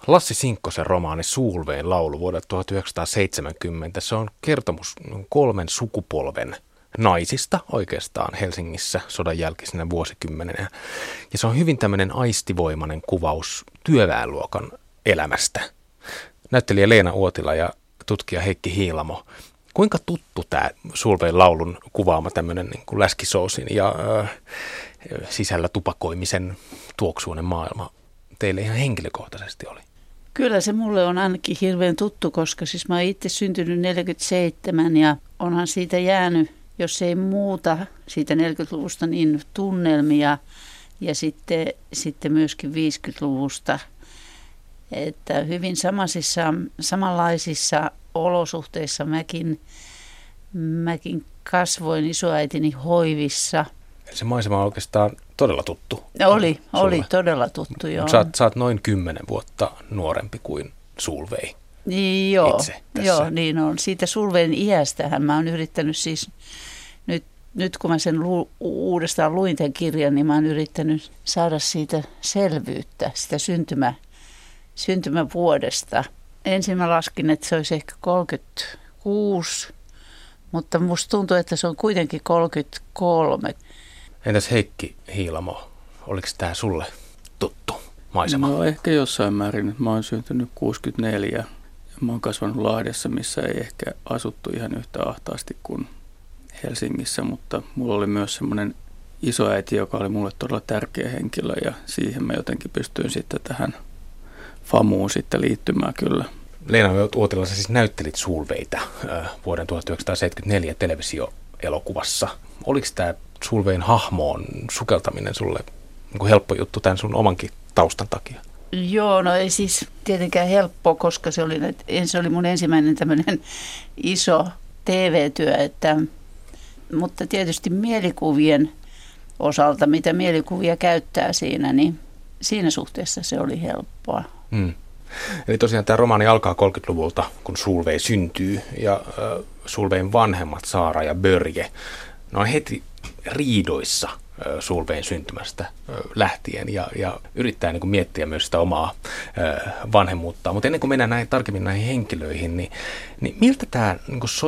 Lassi Sinkkosen romaani Sulvein laulu vuodelta 1970. Se on kertomus 3 sukupolven naisista oikeastaan Helsingissä sodan jälkeisenä vuosikymmenenä. Ja se on hyvin tämmöinen aistivoimainen kuvaus työväenluokan elämästä. Näyttelijä Leena Uotila ja tutkija Heikki Hiilamo. Kuinka tuttu tämä Sulvein laulun kuvaama tämmöinen niin kuin läskisousin ja sisällä tupakoimisen tuoksuinen maailma teille ihan henkilökohtaisesti oli? Kyllä se mulle on ainakin hirveän tuttu, koska siis mä oon itse syntynyt 47 ja onhan siitä jäänyt, jos ei muuta siitä 40-luvusta, niin tunnelmia ja sitten myöskin 50-luvusta. Että hyvin samanlaisissa olosuhteissa mäkin kasvoin isoäitini hoivissa. Se maisema on oikeastaan todella tuttu. Oli todella tuttu, joo. Sä oot noin 10 vuotta nuorempi kuin Sulvei. Itse tässä. Joo, niin on. Siitä Sulvein iästähän mä oon yrittänyt siis, nyt kun mä sen uudestaan luin tämän kirjan, niin mä oon yrittänyt saada siitä selvyyttä, sitä syntymävuodesta. Ensin mä laskin, että se olisi ehkä 36, mutta musta tuntuu, että se on kuitenkin 33. Entäs Heikki Hiilamo, oliko tämä sulle tuttu maisema? No ehkä jossain määrin. Mä oon syntynyt 64 ja mä oon kasvanut Lahdessa, missä ei ehkä asuttu ihan yhtä ahtaasti kuin Helsingissä, mutta mulla oli myös semmoinen isoäiti, joka oli mulle todella tärkeä henkilö ja siihen mä jotenkin pystyin sitten tähän famuun sitten liittymään kyllä. Leena Uotila, sä siis näyttelit Sulveita vuoden 1974 televisioelokuvassa. Oliko tämä Sulvein hahmoon sukeltaminen sulle niin helppo juttu tämän sun omankin taustan takia? Joo, no ei siis tietenkään helppo, koska se oli mun ensimmäinen tämmöinen iso TV-työ, mutta tietysti mielikuvien osalta, mitä mielikuvia käyttää siinä, niin siinä suhteessa se oli helppoa. Eli tosiaan tämä romaani alkaa 30-luvulta, kun Sulvei syntyy ja Sulvein vanhemmat Saara ja Börje, ne on heti riidoissa Sulvein syntymästä lähtien ja yrittää niin kuin miettiä myös sitä omaa vanhemmuutta. Mutta ennen kuin mennään tarkemmin näihin henkilöihin, niin miltä tämä niin kuin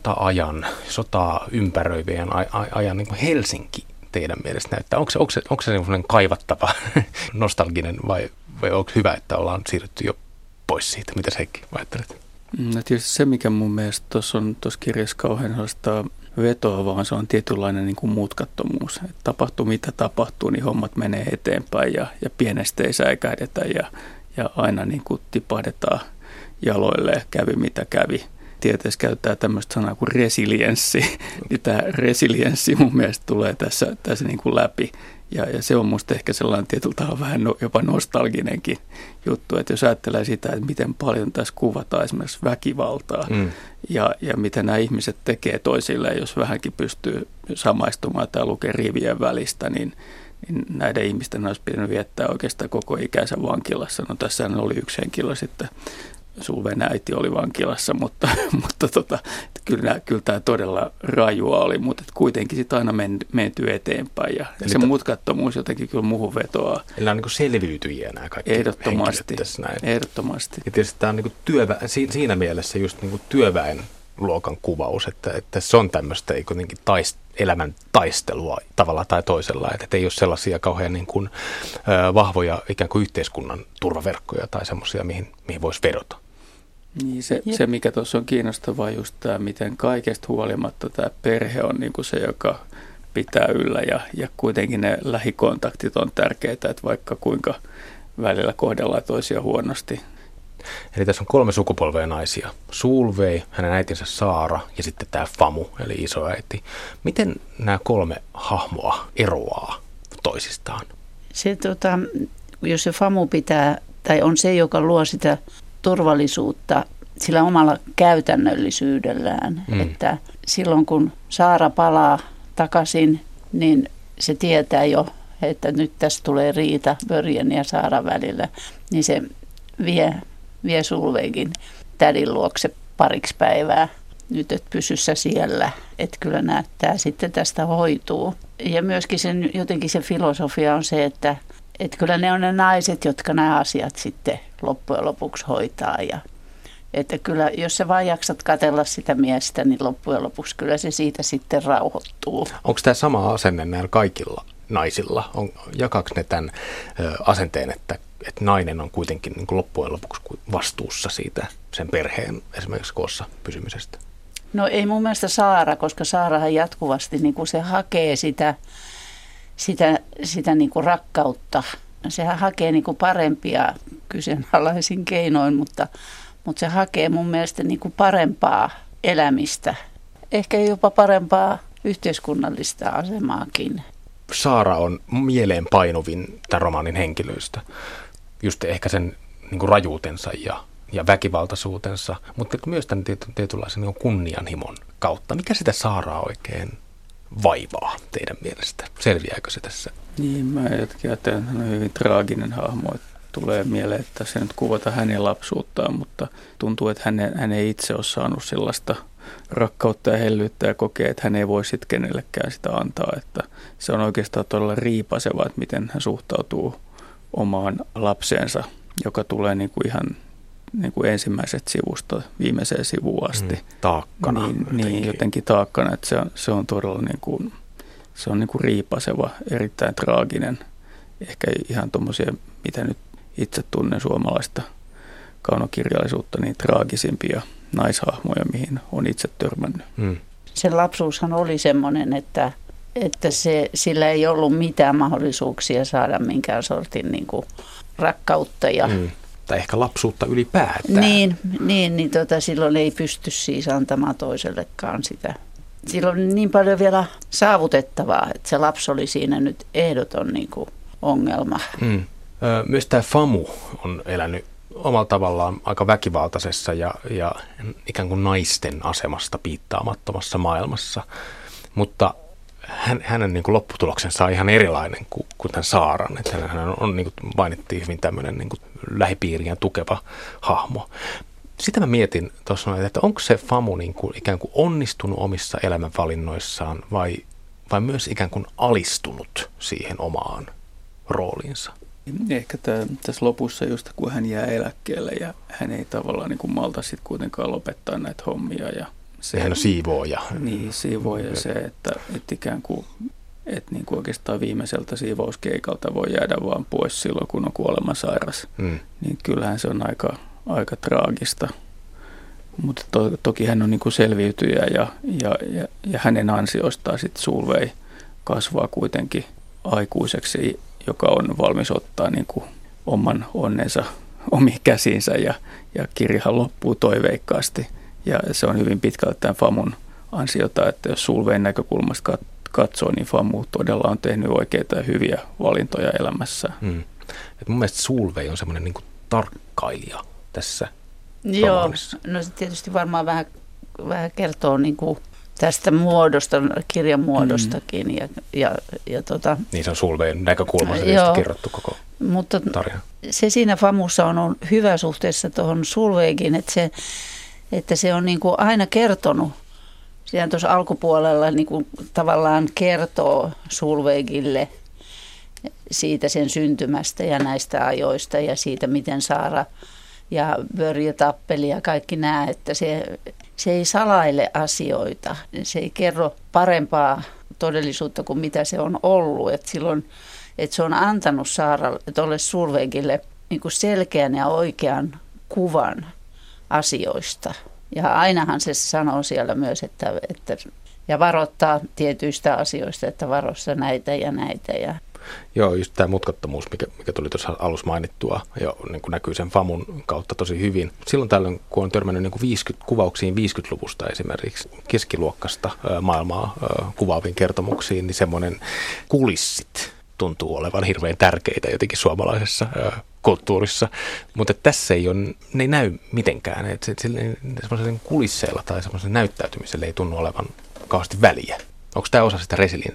sotaa ympäröivien ajan niin kuin Helsinki teidän mielestä näyttää? Onko se sellainen kaivattava, nostalginen vai onko hyvä, että ollaan siirrytty jo pois siitä? Mitäs Heikki ajattelet? No tietysti se, mikä mun mielestä tuossa kirjassa kauhean sellaista vetoa, vaan se on tietynlainen niin kuin mutkattomuus. Että tapahtuu mitä tapahtuu, niin hommat menee eteenpäin ja pienestä ei säikähdetä ja aina niin kuin tipahdetaan jaloille ja kävi mitä kävi. Tieteessä käytetään tämmöistä sanaa kuin resilienssi, niin tämä resilienssi mun mielestä tulee tässä niin kuin läpi. Ja se on musta ehkä sellainen tietyllä tavalla vähän jopa nostalginenkin juttu, että jos ajattelee sitä, että miten paljon tässä kuvataan esimerkiksi väkivaltaa ja mitä nämä ihmiset tekee toisilleen, jos vähänkin pystyy samaistumaan tai lukee rivien välistä, niin näiden ihmisten olisi pitänyt viettää oikeastaan koko ikänsä vankilassa. No tässä oli yksi henkilö sitten. Sulvein äiti oli vankilassa, mutta kyllä tämä todella rajua oli, mutta kuitenkin sitten aina menty eteenpäin ja se mutkattomuus jotenkin kyllä muuhun vetoaa. Eli nämä on niin selviytyjiä nämä kaikki ehdottomasti, tässä näin. Ehdottomasti. Ja tietysti tämä on niin siinä mielessä just niin työväen luokan kuvaus, että se on tämmöistä kuitenkin elämän taistelua tavalla tai toisella, että ei ole sellaisia kauhean niin kuin, vahvoja ikään kuin yhteiskunnan turvaverkkoja tai semmoisia, mihin voisi vedota. Niin se, mikä tuossa on kiinnostavaa, just tämä, miten kaikesta huolimatta tämä perhe on niin kuin se, joka pitää yllä ja kuitenkin ne lähikontaktit on tärkeitä, että vaikka kuinka välillä kohdellaan toisia huonosti. Eli tässä on 3 sukupolvea naisia. Sulvei, hänen äitinsä Saara ja sitten tämä Famu, eli isoäiti. Miten nämä 3 hahmoa eroaa toisistaan? Jos se Famu pitää, tai on se, joka luo sitä turvallisuutta sillä omalla käytännöllisyydellään, että silloin kun Saara palaa takaisin, niin se tietää jo, että nyt tässä tulee riita Börjen ja Saaran välillä, niin se vie Sulveikin tädin luokse pariksi päivää. Nyt et pysy sä siellä, että kyllä näyttää sitten tästä hoituu. Ja myöskin jotenkin se filosofia on se, että että kyllä ne on ne naiset, jotka nämä asiat sitten loppujen lopuksi hoitaa. Ja, että kyllä, jos sä vaan jaksat katsella sitä miestä, niin loppujen lopuksi kyllä se siitä sitten rauhoittuu. Onko tämä sama asenne näillä kaikilla naisilla? Jakaako ne tämän asenteen, että nainen on kuitenkin niin kuin loppujen lopuksi vastuussa siitä sen perheen esimerkiksi koossa pysymisestä? No ei mun mielestä Saara, koska Saarahan jatkuvasti niin kuin se hakee sitä niin kuin rakkautta. Sehän hakee niin kuin parempia kyseenalaisin keinoin, mutta se hakee mun mielestä niin kuin parempaa elämistä. Ehkä jopa parempaa yhteiskunnallista asemaakin. Saara on mieleenpainuvin tämän romaanin henkilöistä. Just ehkä sen niin kuin rajuutensa ja väkivaltaisuutensa, mutta myös tämän tietynlaisen niin kuin kunnianhimon kautta. Mikä sitä Saaraa oikein vaivaa teidän mielestä? Selviääkö se tässä? Niin, mä jotenkin ajattelen, että hän on hyvin traaginen hahmo. Tulee mieleen, että se nyt kuvata hänen lapsuuttaan, mutta tuntuu, että hän ei itse ole saanut sellaista rakkautta ja hellyyttä ja kokee, että hän ei voi sitten kenellekään sitä antaa. Että se on oikeastaan todella riipaseva, että miten hän suhtautuu omaan lapseensa, joka tulee niin kuin ihan niin kuin ensimmäisestä sivusta viimeiseen sivuun asti. Taakkana. Niin, jotenkin taakkana, että se on todella niin kuin, se on niin kuin riipaseva, erittäin traaginen. Ehkä ihan tuommoisia, mitä nyt itse tunnen suomalaista kaunokirjallisuutta, niin traagisimpia naishahmoja, mihin on itse törmännyt. Sen lapsuushan oli semmoinen, että sillä ei ollut mitään mahdollisuuksia saada minkään sortin niin kuin rakkautta. Tai ehkä lapsuutta ylipäätään. Niin, silloin ei pysty siis antamaan toisellekaan sitä. Silloin on niin paljon vielä saavutettavaa, että se lapsi oli siinä nyt ehdoton niin kuin ongelma. Myös tämä Famu on elänyt omalla tavallaan aika väkivaltaisessa ja ikään kuin naisten asemasta piittaamattomassa maailmassa, mutta hänen niin kuin lopputuloksensa on ihan erilainen kuin tämän Saaran. Että hän on, niin kuin mainittiin, hyvin tämmöinen niin kuin lähipiirien tukeva hahmo. Sitä mä mietin tuossa, että onko se Famu niin kuin ikään kuin onnistunut omissa elämänvalinnoissaan vai myös ikään kuin alistunut siihen omaan rooliinsa? Ehkä tässä lopussa just kun hän jää eläkkeelle ja hän ei tavallaan niin kuin malta sitten kuitenkaan lopettaa näitä hommia. Ja sehän on siivooja. Niin, siivooja se, että ikään kuin, että niin kuin oikeastaan viimeiseltä siivouskeikalta voi jäädä vaan pois silloin, kun on kuolemansairas. Niin kyllähän se on aika traagista. Mutta toki hän on niin kuin selviytyjä ja hänen ansiostaan sitten Solveig kasvaa kuitenkin aikuiseksi, joka on valmis ottaa niin kuin oman onnensa omiin käsiinsä ja kirjahan loppuu toiveikkaasti. Ja se on hyvin pitkälti tämän Famun ansiota, että jos Solveigin näkökulmasta katsoo, niin Famu todella on tehnyt oikeita ja hyviä valintoja elämässä. Et mun mielestä Solveig on semmoinen niin kuin tarkkailija tässä romaanissa. No se tietysti varmaan vähän kertoo niin kuin tästä muodosta, kirjan muodostakin. Niin se on Solveigin näkökulmasta kerrottu koko tarina. Se siinä Famussa on hyvä suhteessa tuohon Solveigin, että se on niin kuin aina kertonut. Siinä tuossa alkupuolella niin kuin tavallaan kertoo Solveigille siitä sen syntymästä ja näistä ajoista ja siitä, miten Saara ja Börje tappeli ja kaikki nämä, että se ei salaile asioita. Se ei kerro parempaa todellisuutta kuin mitä se on ollut. Että silloin, että se on antanut Saaralle, tuolle Solveigille niin kuin selkeän ja oikean kuvan asioista. Ja ainahan se sanoo siellä myös, että ja varoittaa tietyistä asioista, että varossa näitä ja näitä. Joo, just tämä mutkattomuus, mikä tuli tuossa alussa mainittua, ja niin kuin näkyy sen Famun kautta tosi hyvin. Silloin tällöin, kun on törmännyt niin kuin kuvauksiin 50-luvusta esimerkiksi keskiluokkasta maailmaa kuvaaviin kertomuksiin, niin semmoinen kulissit tuntuu olevan hirveän tärkeitä jotenkin suomalaisessa kulttuurissa. Mutta tässä ne ei näy mitenkään. Että semmoisen kulisseilla tai semmoisen näyttäytymisellä ei tunnu olevan kauheasti väliä. Onko tämä osa sitä resilienssiä?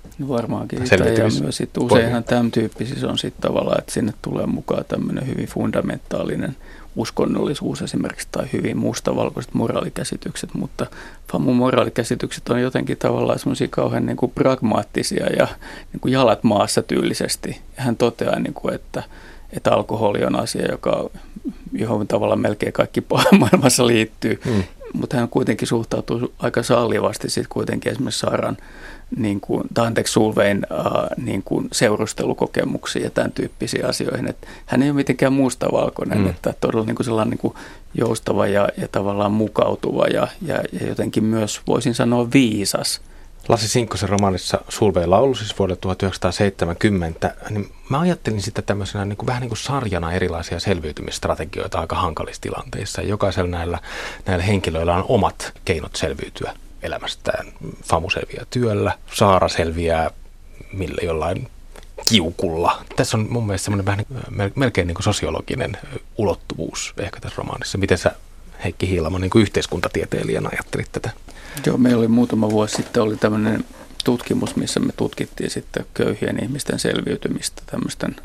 No varmaankin sitä, ja myös sitten useinhan tämän tyyppisissä on sitten tavallaan, että sinne tulee mukaan tämmöinen hyvin fundamentaalinen uskonnollisuus esimerkiksi tai hyvin mustavalkoiset moraalikäsitykset, mutta FAMun moraalikäsitykset on jotenkin tavallaan semmoisia kauhean niin kuin pragmaattisia ja niin kuin jalat maassa tyylisesti. Ja hän toteaa, niin kuin, että alkoholi on asia, johon tavallaan melkein kaikki paha maailmassa liittyy, mutta hän kuitenkin suhtautuu aika sallivasti sitten kuitenkin esimerkiksi Saaran Solvein niin kuin seurustelukokemuksiin ja tämän tyyppisiin asioihin. Että hän ei ole mitenkään mustavalkoinen, että todella niin kuin sellainen niin kuin joustava ja tavallaan mukautuva ja jotenkin myös voisin sanoa viisas. Lassi Sinkkosen romaanissa Solveig laulu, siis vuodelta 1970, niin mä ajattelin sitä tämmöisenä niin kuin, vähän niin kuin sarjana erilaisia selviytymisstrategioita aika hankalissa tilanteissa. Jokaisella näillä henkilöillä on omat keinot selviytyä elämästään. Famu selviää työllä, Saara selviää jollain kiukulla. Tässä on mun mielestä semmoinen vähän melkein niin kuin sosiologinen ulottuvuus ehkä tässä romaanissa. Miten sä, Heikki Hiilamo, niin kuin yhteiskuntatieteilijänä ajattelit tätä? Joo, meillä oli muutama vuosi sitten oli tämmöinen tutkimus, missä me tutkittiin sitten köyhien ihmisten selviytymistä tämmöisten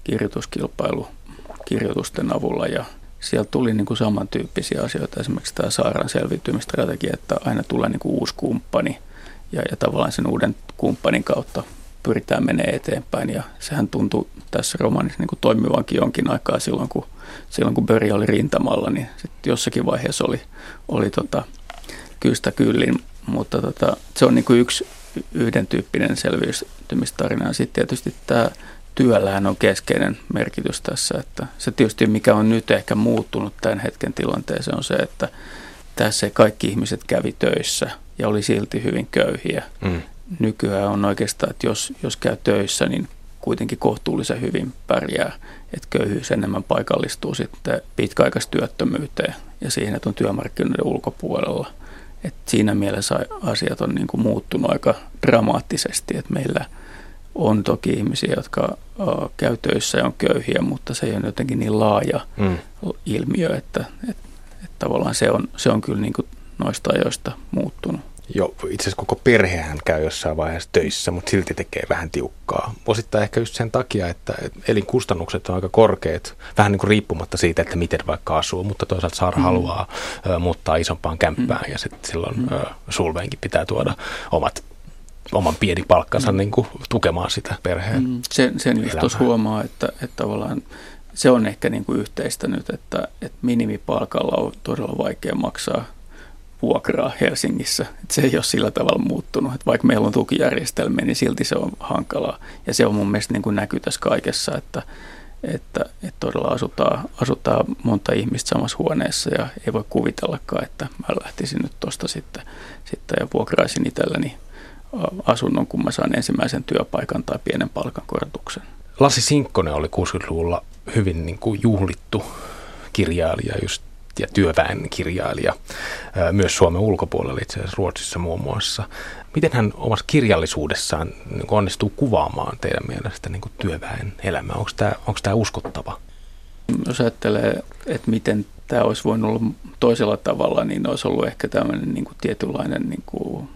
kirjoitusten avulla ja sieltä tuli niin kuin samantyyppisiä asioita, esimerkiksi tämä Saaran selviytymistrategia, että aina tulee niin kuin uusi kumppani ja tavallaan sen uuden kumppanin kautta pyritään menemään eteenpäin ja sehän tuntui tässä romaanissa niin kuin toimivankin jonkin aikaa silloin kun Börje oli rintamalla, niin sitten jossakin vaiheessa oli kystä kyllin, mutta se on niin kuin yhden tyyppinen selviytymistarina ja sitten tietysti tämä työllähän on keskeinen merkitys tässä, että se tietysti mikä on nyt ehkä muuttunut tämän hetken tilanteeseen on se, että tässä kaikki ihmiset kävi töissä ja oli silti hyvin köyhiä. Nykyään on oikeastaan, että jos käy töissä, niin kuitenkin kohtuullisen hyvin pärjää, että köyhyys enemmän paikallistuu sitten pitkäaikaistyöttömyyteen ja siihen, että on työmarkkinoiden ulkopuolella. Että siinä mielessä asiat on niin kuin muuttunut aika dramaattisesti, että meillä on toki ihmisiä, jotka käy töissä ja on köyhiä, mutta se ei ole jotenkin niin laaja ilmiö, että tavallaan se on kyllä niin kuin noista ajoista muuttunut. Joo, itse asiassa koko perhehän käy jossain vaiheessa töissä, mutta silti tekee vähän tiukkaa. Osittain ehkä just sen takia, että elinkustannukset on aika korkeat, vähän niin kuin riippumatta siitä, että miten vaikka asuu, mutta toisaalta Saara haluaa muuttaa isompaan kämppään ja sitten silloin Solveinkin pitää tuoda oman pieni palkkansa niin kuin tukemaan sitä perheen Sen just tuossa huomaa, että tavallaan se on ehkä niin kuin yhteistä nyt, että minimipalkalla on todella vaikea maksaa vuokraa Helsingissä. Että se ei ole sillä tavalla muuttunut. Että vaikka meillä on tukijärjestelmiä, niin silti se on hankalaa. Ja se on mun mielestä niin kuin näkyy tässä kaikessa, että todella asutaan monta ihmistä samassa huoneessa ja ei voi kuvitellakaan, että mä lähtisin nyt tuosta sitten ja vuokraisin itselleni asunnon, kun mä saan ensimmäisen työpaikan tai pienen palkankorotuksen. Lassi Sinkkonen oli 60-luvulla hyvin niin kuin juhlittu kirjailija ja työväen kirjailija myös Suomen ulkopuolella, itse asiassa Ruotsissa muun muassa. Miten hän omassa kirjallisuudessaan niin kuin onnistuu kuvaamaan teidän mielestä niin kuin työväen elämää? Onko tämä uskottava? Jos ajattelee, että miten tämä olisi voinut olla toisella tavalla, niin olisi ollut ehkä tämmöinen niin kuin tietynlainen niin kuin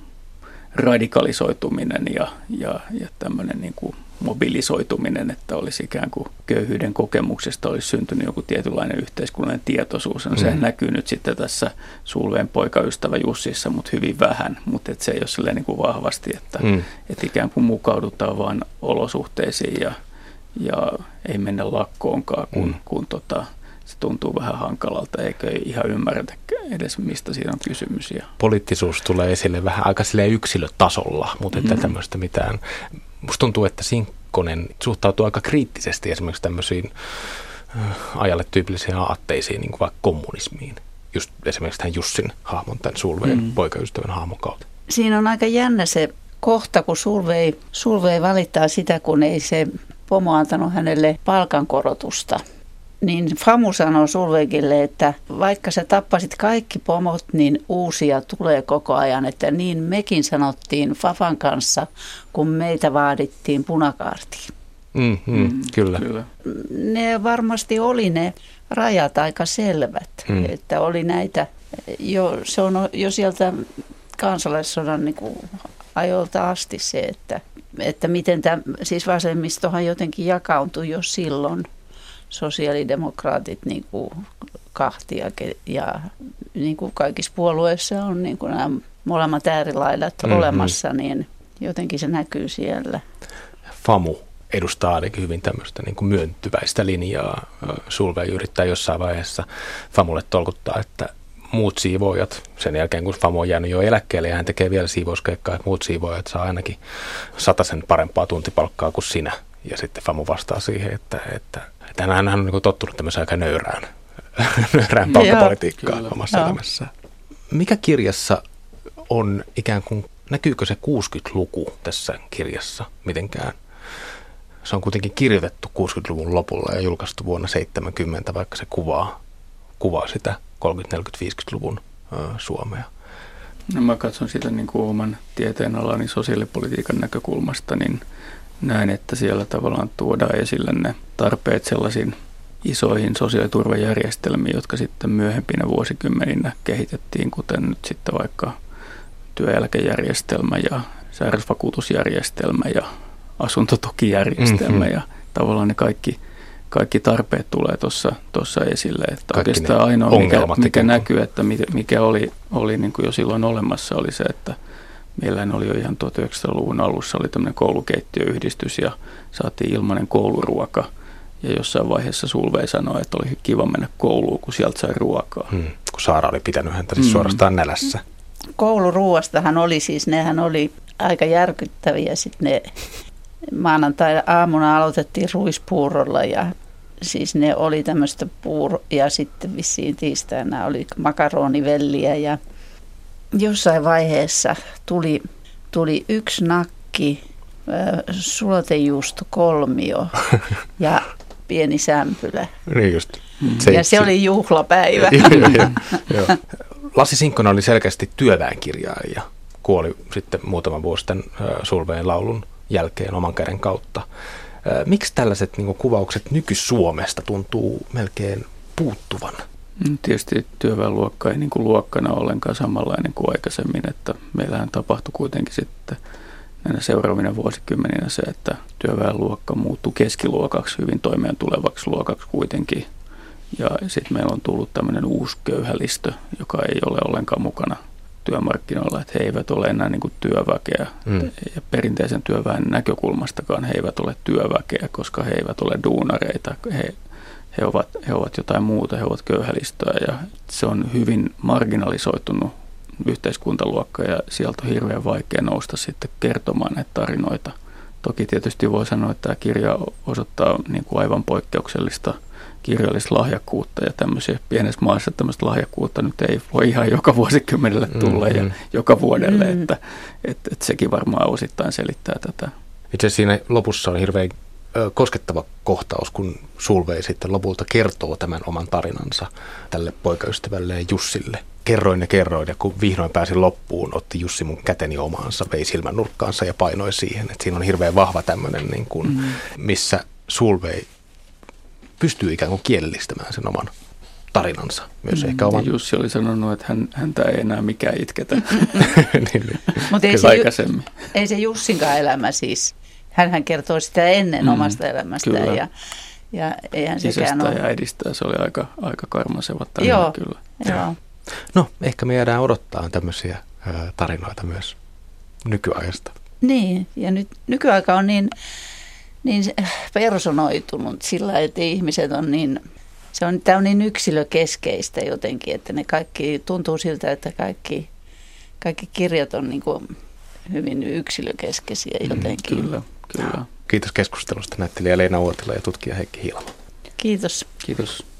radikalisoituminen ja tämmöinen niin kuin mobilisoituminen, että olisi ikään kuin köyhyyden kokemuksesta olisi syntynyt joku tietynlainen yhteiskunnallinen tietoisuus. No, sehän näkyy nyt sitten tässä Solveigin poikaystävä Jussissa, mutta hyvin vähän, mutta se ei ole silleen niin kuin vahvasti, että ikään kuin mukaudutaan vaan olosuhteisiin ja ei mennä lakkoonkaan, kun se tuntuu vähän hankalalta, eikä ihan ymmärretä edes, mistä siinä on kysymys. Poliittisuus tulee esille vähän aika silleen yksilötasolla, mutta että tämmöistä mitään. Musta tuntuu, että Sinkkonen suhtautuu aika kriittisesti esimerkiksi tämmöisiin ajalle tyypillisiin aatteisiin, niin kuin vaikka kommunismiin. Just esimerkiksi tämän Jussin hahmon, tämän Solveigin poikaystävän hahmon kautta. Siinä on aika jännä se kohta, kun Solveig valittaa sitä, kun ei se pomo antanut hänelle palkankorotusta. Niin Famu sanoo Solveigille, että vaikka sä tappasit kaikki pomot, niin uusia tulee koko ajan. Että niin mekin sanottiin Fafan kanssa, kun meitä vaadittiin punakaartiin. Kyllä. Ne varmasti oli ne rajat aika selvät, että oli näitä, se on jo sieltä kansalaissodan niin kuin ajoilta asti se, että että miten siis vasemmistohan jotenkin jakautui jo silloin, sosiaalidemokraatit niin kuin kahtia ja niin kuin kaikissa puolueissa on niin kuin nämä molemmat äärilaidat olemassa, niin jotenkin se näkyy siellä. FAMU edustaa ainakin hyvin tämmöistä niin kuin myöntyväistä linjaa. Solveig yrittää jossain vaiheessa FAMUlle tolkuttaa, että muut siivoojat, sen jälkeen kun FAMU on jäänyt jo eläkkeelle ja hän tekee vielä siivouskeikkaa, että muut siivoojat saa ainakin 100 parempaa tuntipalkkaa kuin sinä. Ja sitten FAMU vastaa siihen, että hän on niin kuin tottunut tämmöiseen aika nöyrään palkkapolitiikkaan omassa elämässään. Mikä kirjassa on ikään kuin, näkyykö se 60-luku tässä kirjassa mitenkään? Se on kuitenkin kirjoitettu 60-luvun lopulla ja julkaistu vuonna 70, vaikka se kuvaa sitä 30-, 40-, 50-luvun Suomea. No mä katson sitä niin kuin oman tieteenalani sosiaalipolitiikan näkökulmasta, niin näen, että siellä tavallaan tuodaan esille ne tarpeet sellaisiin isoihin sosiaaliturvajärjestelmiin, jotka sitten myöhempinä vuosikymmeninä kehitettiin, kuten nyt sitten vaikka työeläkejärjestelmä ja sairausvakuutusjärjestelmä ja asuntotukijärjestelmä ja tavallaan ne kaikki tarpeet tulee tuossa esille. Että oikeastaan ainoa, mikä näkyy, että mikä oli niin kuin jo silloin olemassa, oli se, että meillähän oli jo ihan 1900-luvun alussa oli tämmöinen koulukeittiöyhdistys ja saatiin ilmainen kouluruoka. Ja jossain vaiheessa Solveig sanoi, että oli kiva mennä kouluun, kun sieltä sai ruokaa. Kun Saara oli pitänyt häntä siis suorastaan nälässä. Kouluruuastahan oli siis, nehän oli aika järkyttäviä. Sitten ne maanantai-aamuna aloitettiin ruispuurolla ja siis ne oli tämmöistä ja sitten vissiin tiistaina oli makaronivelliä ja jossain vaiheessa tuli yksi nakki, suotejuustokolmio ja pieni sämpylä. Niin just. Ja se oli juhlapäivä. Joo. Lassi Sinkkonen oli selkeästi työväenkirjailija. Kuoli sitten muutaman vuosi sitten Solveigin laulun jälkeen oman käden kautta. Miksi tällaiset niin kuin kuvaukset nyky-Suomesta tuntuu melkein puuttuvan? Tietysti työväenluokka ei niin kuin luokkana ollenkaan samanlainen kuin aikaisemmin, että meillähän tapahtui kuitenkin sitten näinä seuraavina vuosikymmeninä se, että työväenluokka muuttui keskiluokaksi, hyvin toimeen tulevaksi luokaksi kuitenkin. Ja sitten meillä on tullut tämmöinen uusi köyhälistö, joka ei ole ollenkaan mukana työmarkkinoilla, että he eivät ole enää niin kuin työväkeä. Ja perinteisen työväen näkökulmastakaan he eivät ole työväkeä, koska he eivät ole duunareita. He ovat jotain muuta, he ovat köyhälistöä ja se on hyvin marginalisoitunut yhteiskuntaluokka ja sieltä on hirveän vaikea nousta sitten kertomaan näitä tarinoita. Toki tietysti voi sanoa, että tämä kirja osoittaa niin kuin aivan poikkeuksellista kirjallista lahjakkuutta ja tämmöisiä pienessä maassa tämmöistä lahjakkuutta nyt ei voi ihan joka vuosikymmenelle tulla ja joka vuodelle, että sekin varmaan osittain selittää tätä. Itse asiassa siinä lopussa on hirveän koskettava kohtaus, kun Solveig sitten lopulta kertoo tämän oman tarinansa tälle poikaystävälleen Jussille. Kerroin ja kun vihdoin pääsin loppuun, otti Jussi mun käteni omaansa, vei silmän nurkkaansa ja painoi siihen. Että siinä on hirveän vahva tämmöinen, niin kuin, missä Solveig pystyy ikään kuin kielellistämään sen oman tarinansa. Myös ehkä oman. Jussi oli sanonut, että häntä ei enää mikään itketä. niin. Mutta ei se Jussinkaan elämä siis. Hänhän kertoo sitä ennen omasta elämästään ja eihän sekään ole. Ja äidistään se oli aika karmaseva tarina kyllä. Joo. No, ehkä me jäädään odottaa tämmöisiä tarinoita myös nykyajasta. Niin, ja nyt nykyaika on niin personoitunut sillä, että ihmiset on niin, tämä on niin yksilökeskeistä jotenkin, että ne kaikki tuntuu siltä, että kaikki kirjat on niin kuin hyvin yksilökeskeisiä jotenkin. Kyllä. Kiitos keskustelusta näyttelijä Leena Uotila ja tutkija Heikki Hiilamo. Kiitos. Kiitos.